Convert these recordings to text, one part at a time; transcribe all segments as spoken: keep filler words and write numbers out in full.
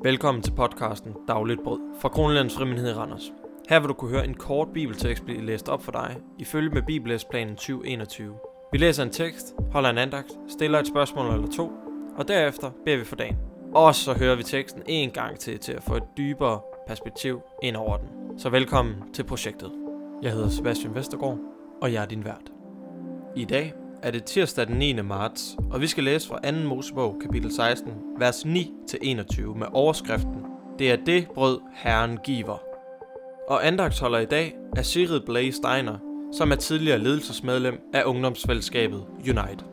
Velkommen til podcasten Dagligt Brød fra Kronlands Frimenighed i Randers. Her vil du kunne høre en kort bibeltekst blive læst op for dig, ifølge med Bibellæsplanen tyve enogtyve. Vi læser en tekst, holder en andagt, stiller et spørgsmål eller to, og derefter beder vi for dagen. Og så hører vi teksten en gang til, til at få et dybere perspektiv ind over den. Så velkommen til projektet. Jeg hedder Sebastian Vestergaard, og jeg er din vært. I dag er det tirsdag den niende marts, og vi skal læse fra anden Mosebog, kapitel seksten, vers ni til enogtyve med overskriften: Det er det brød, Herren giver. Og andagtsholder i dag er Sigrid Blay Steiner, som er tidligere ledelsesmedlem af ungdomsfællesskabet Unite.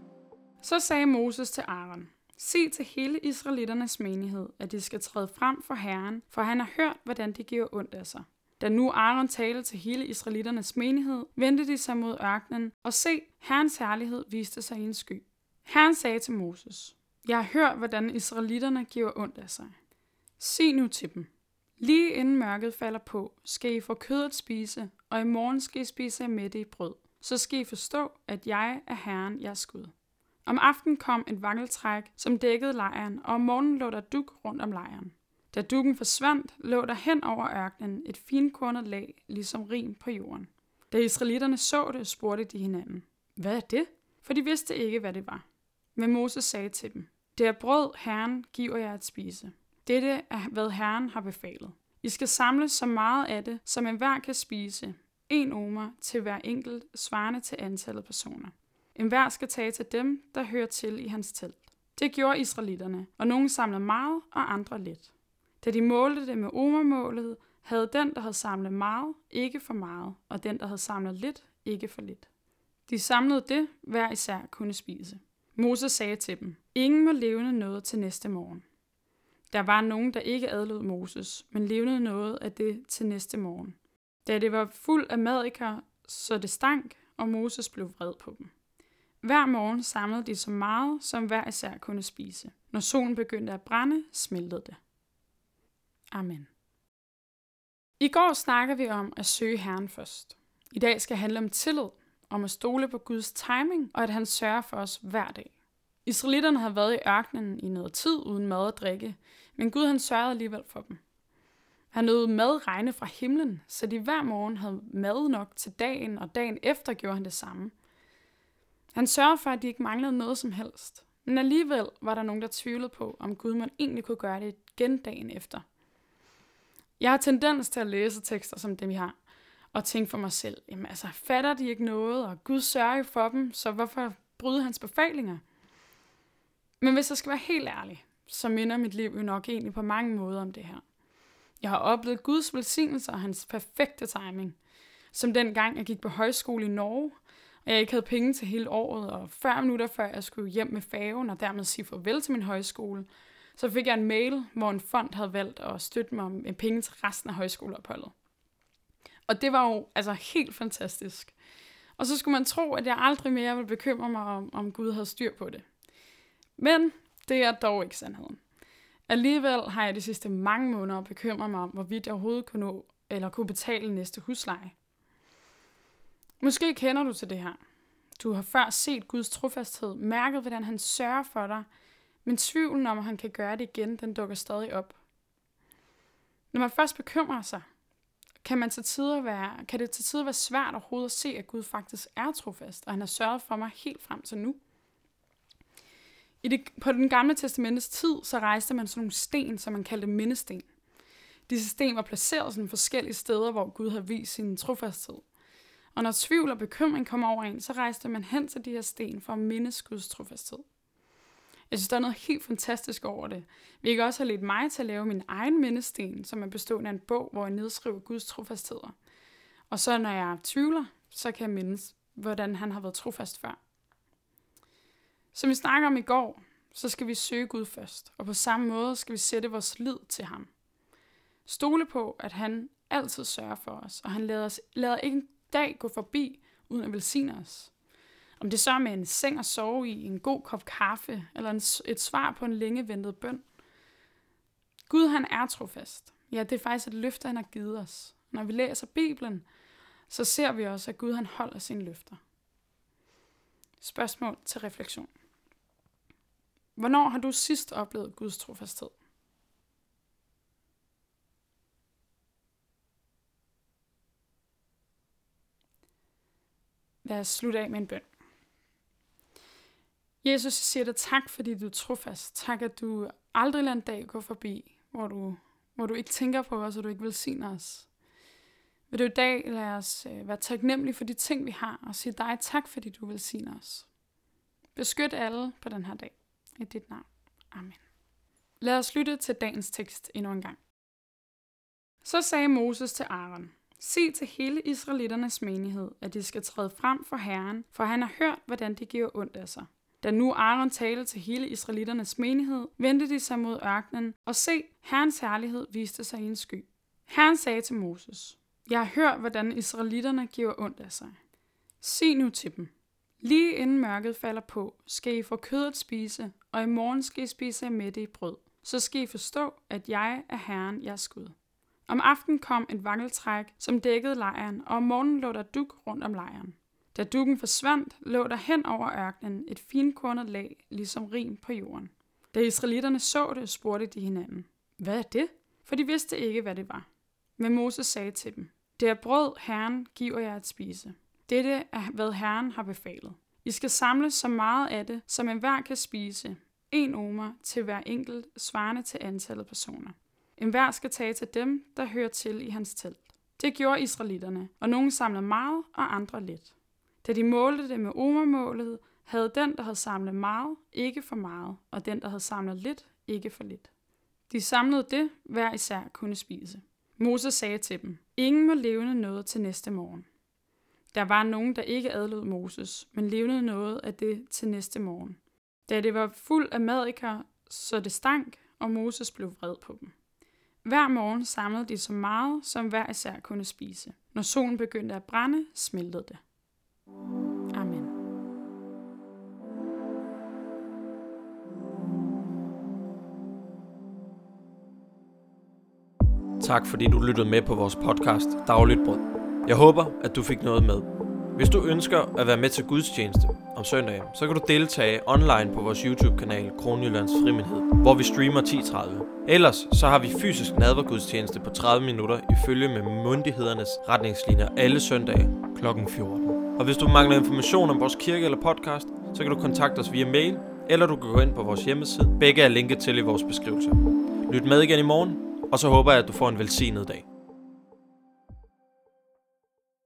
Så sagde Moses til Aaron: Sig til hele israelitternes menighed, at de skal træde frem for Herren, for han har hørt, hvordan de giver ondt af sig. Da nu Aaron talte til hele israelitternes menighed, vendte de sig mod ørkenen, og se, Herrens herlighed viste sig i en sky. Herren sagde til Moses: Jeg har hørt, hvordan israelitterne giver ondt af sig. Sig nu til dem: Lige inden mørket falder på, skal I få kødet spise, og i morgen skal I spise af mætte i brød. Så skal I forstå, at jeg er Herren, jeres Gud. Om aftenen kom et vakkeltræk, som dækkede lejren, og om morgenen lå der dug rundt om lejren. Da duggen forsvandt, lå der hen over ørkenen et finkornet lag, ligesom rim på jorden. Da israelitterne så det, spurgte de hinanden: Hvad er det? For de vidste ikke, hvad det var. Men Moses sagde til dem: Det er brød, Herren giver jer at spise. Dette er, hvad Herren har befalet. I skal samle så meget af det, som enhver kan spise, en omer til hver enkelt, svarende til antallet personer. Enhver skal tage til dem, der hører til i hans telt. Det gjorde israelitterne, og nogle samlede meget, og andre lidt. Da de målte det med omermålet, havde den, der havde samlet meget, ikke for meget, og den, der havde samlet lidt, ikke for lidt. De samlede det, hver især kunne spise. Moses sagde til dem: Ingen må levne noget til næste morgen. Der var nogen, der ikke adlød Moses, men levnede noget af det til næste morgen. Da det var fuld af maddiker, så det stank, og Moses blev vred på dem. Hver morgen samlede de så meget, som hver især kunne spise. Når solen begyndte at brænde, smeltede det. Amen. I går snakkede vi om at søge Herren først. I dag skal handle om tillid, om at stole på Guds timing, og at han sørger for os hver dag. Israelitterne havde været i ørkenen i noget tid uden mad og drikke, men Gud han sørgede alligevel for dem. Han lod mad regne fra himlen, så de hver morgen havde mad nok til dagen, og dagen efter gjorde han det samme. Han sørgede for, at de ikke manglede noget som helst, men alligevel var der nogen, der tvivlede på, om Gud man egentlig kunne gøre det igen dagen efter. Jeg har tendens til at læse tekster som dem, vi har, og tænke for mig selv: Jamen altså, fatter de ikke noget, og Gud sørger for dem, så hvorfor bryde hans befalinger? Men hvis jeg skal være helt ærlig, så minder mit liv jo nok egentlig på mange måder om det her. Jeg har oplevet Guds velsignelse og hans perfekte timing, som dengang jeg gik på højskole i Norge, og jeg ikke havde penge til hele året, og fyrre minutter før jeg skulle hjem med færgen og dermed sige farvel til min højskole, så fik jeg en mail, hvor en fond havde valgt at støtte mig med penge til resten af højskoleopholdet. Og det var jo altså helt fantastisk. Og så skulle man tro, at jeg aldrig mere ville bekymre mig om, om Gud havde styr på det. Men det er dog ikke sandheden. Alligevel har jeg de sidste mange måneder bekymret mig om, hvorvidt jeg overhovedet kunne nå eller kunne betale næste husleje. Måske kender du til det her. Du har før set Guds trofasthed, mærket, hvordan han sørger for dig, men tvivlen om, at han kan gøre det igen, den dukker stadig op. Når man først bekymrer sig, kan, man til tider være, kan det til tider være svært overhovedet at se, at Gud faktisk er trofast, og han har sørget for mig helt frem til nu. I det, på den gamle testamentets tid, så rejste man sådan nogle sten, som man kaldte mindesten. Disse sten var placeret sådan forskellige steder, hvor Gud havde vist sin trofasthed. Og når tvivl og bekymring kom over en, så rejste man hen til de her sten for at mindes Guds trofasthed. Jeg synes, der er noget helt fantastisk over det. Vi kan også have ledt mig til at lave min egen mindesten, som er bestående af en bog, hvor jeg nedskriver Guds trofastheder. Og så når jeg tvivler, så kan jeg mindes, hvordan han har været trofast før. Som vi snakker om i går, så skal vi søge Gud først, og på samme måde skal vi sætte vores lid til ham. Stole på, at han altid sørger for os, og han lader, os, lader ikke en dag gå forbi, uden at velsigne os. Om det så er med en seng at sove i, en god kop kaffe, eller en, et svar på en længe ventet bøn. Gud han er trofast. Ja, det er faktisk et løfte, han har givet os. Når vi læser Bibelen, så ser vi også, at Gud han holder sine løfter. Spørgsmål til refleksion. Hvornår har du sidst oplevet Guds trofasthed? Lad os slutte af med en bøn. Jesus, jeg siger dig tak, fordi du er trofast. Tak, at du aldrig lader en dag gå forbi, hvor du, hvor du ikke tænker på os, og du ikke velsigner os. Vil du i dag lade os være taknemmelige for de ting, vi har, og sige dig tak, fordi du velsigner os. Beskyt alle på den her dag. I dit navn. Amen. Lad os lytte til dagens tekst endnu en gang. Så sagde Moses til Aaron: sig til hele israelitternes menighed, at de skal træde frem for Herren, for han har hørt, hvordan de giver ondt af sig. Da nu Aaron talte til hele israelitternes menighed, vendte de sig mod ørkenen, og se, Herrens herlighed viste sig i en sky. Herren sagde til Moses: jeg har hørt, hvordan israelitterne giver ondt af sig. Sig nu til dem: lige inden mørket falder på, skal I få kødet spise, og i morgen skal I spise jer mætte i brød. Så skal I forstå, at jeg er Herren, jeres Gud. Om aftenen kom et vakkeltræk, som dækkede lejren, og om morgenen lå der dug rundt om lejren. Da duggen forsvandt, lå der hen over ørkenen et finkornet lag, ligesom rim på jorden. Da israelitterne så det, spurgte de hinanden: hvad er det? For de vidste ikke, hvad det var. Men Moses sagde til dem: det er brød, Herren giver jer at spise. Dette er, hvad Herren har befalet. I skal samle så meget af det, som enhver kan spise. En omer til hver enkelt, svarende til antallet personer. Enhver skal tage til dem, der hører til i hans telt. Det gjorde israelitterne, og nogle samlede meget, og andre lidt. Da de målte det med omermålet, havde den, der havde samlet meget, ikke for meget, og den, der havde samlet lidt, ikke for lidt. De samlede det, hver især kunne spise. Moses sagde til dem: ingen må levne noget til næste morgen. Der var nogen, der ikke adlød Moses, men levnede noget af det til næste morgen. Da det var fuld af maddiker, så det stank, og Moses blev vred på dem. Hver morgen samlede de så meget, som hver især kunne spise. Når solen begyndte at brænde, smeltede det. Amen. Tak fordi du lyttede med på vores podcast Dagligt Brød. Jeg håber, at du fik noget med. Hvis du ønsker at være med til gudstjeneste om søndagen, så kan du deltage online på vores YouTube-kanal Kronjyllands Frimenighed, hvor vi streamer ti tredive. Ellers så har vi fysisk nadvergudstjeneste på tredive minutter ifølge med myndighedernes retningslinjer alle søndage klokken fjorten. Og hvis du mangler information om vores kirke eller podcast, så kan du kontakte os via mail, eller du kan gå ind på vores hjemmeside. Begge er linket til i vores beskrivelse. Lyt med igen i morgen, og så håber jeg, at du får en velsignet dag.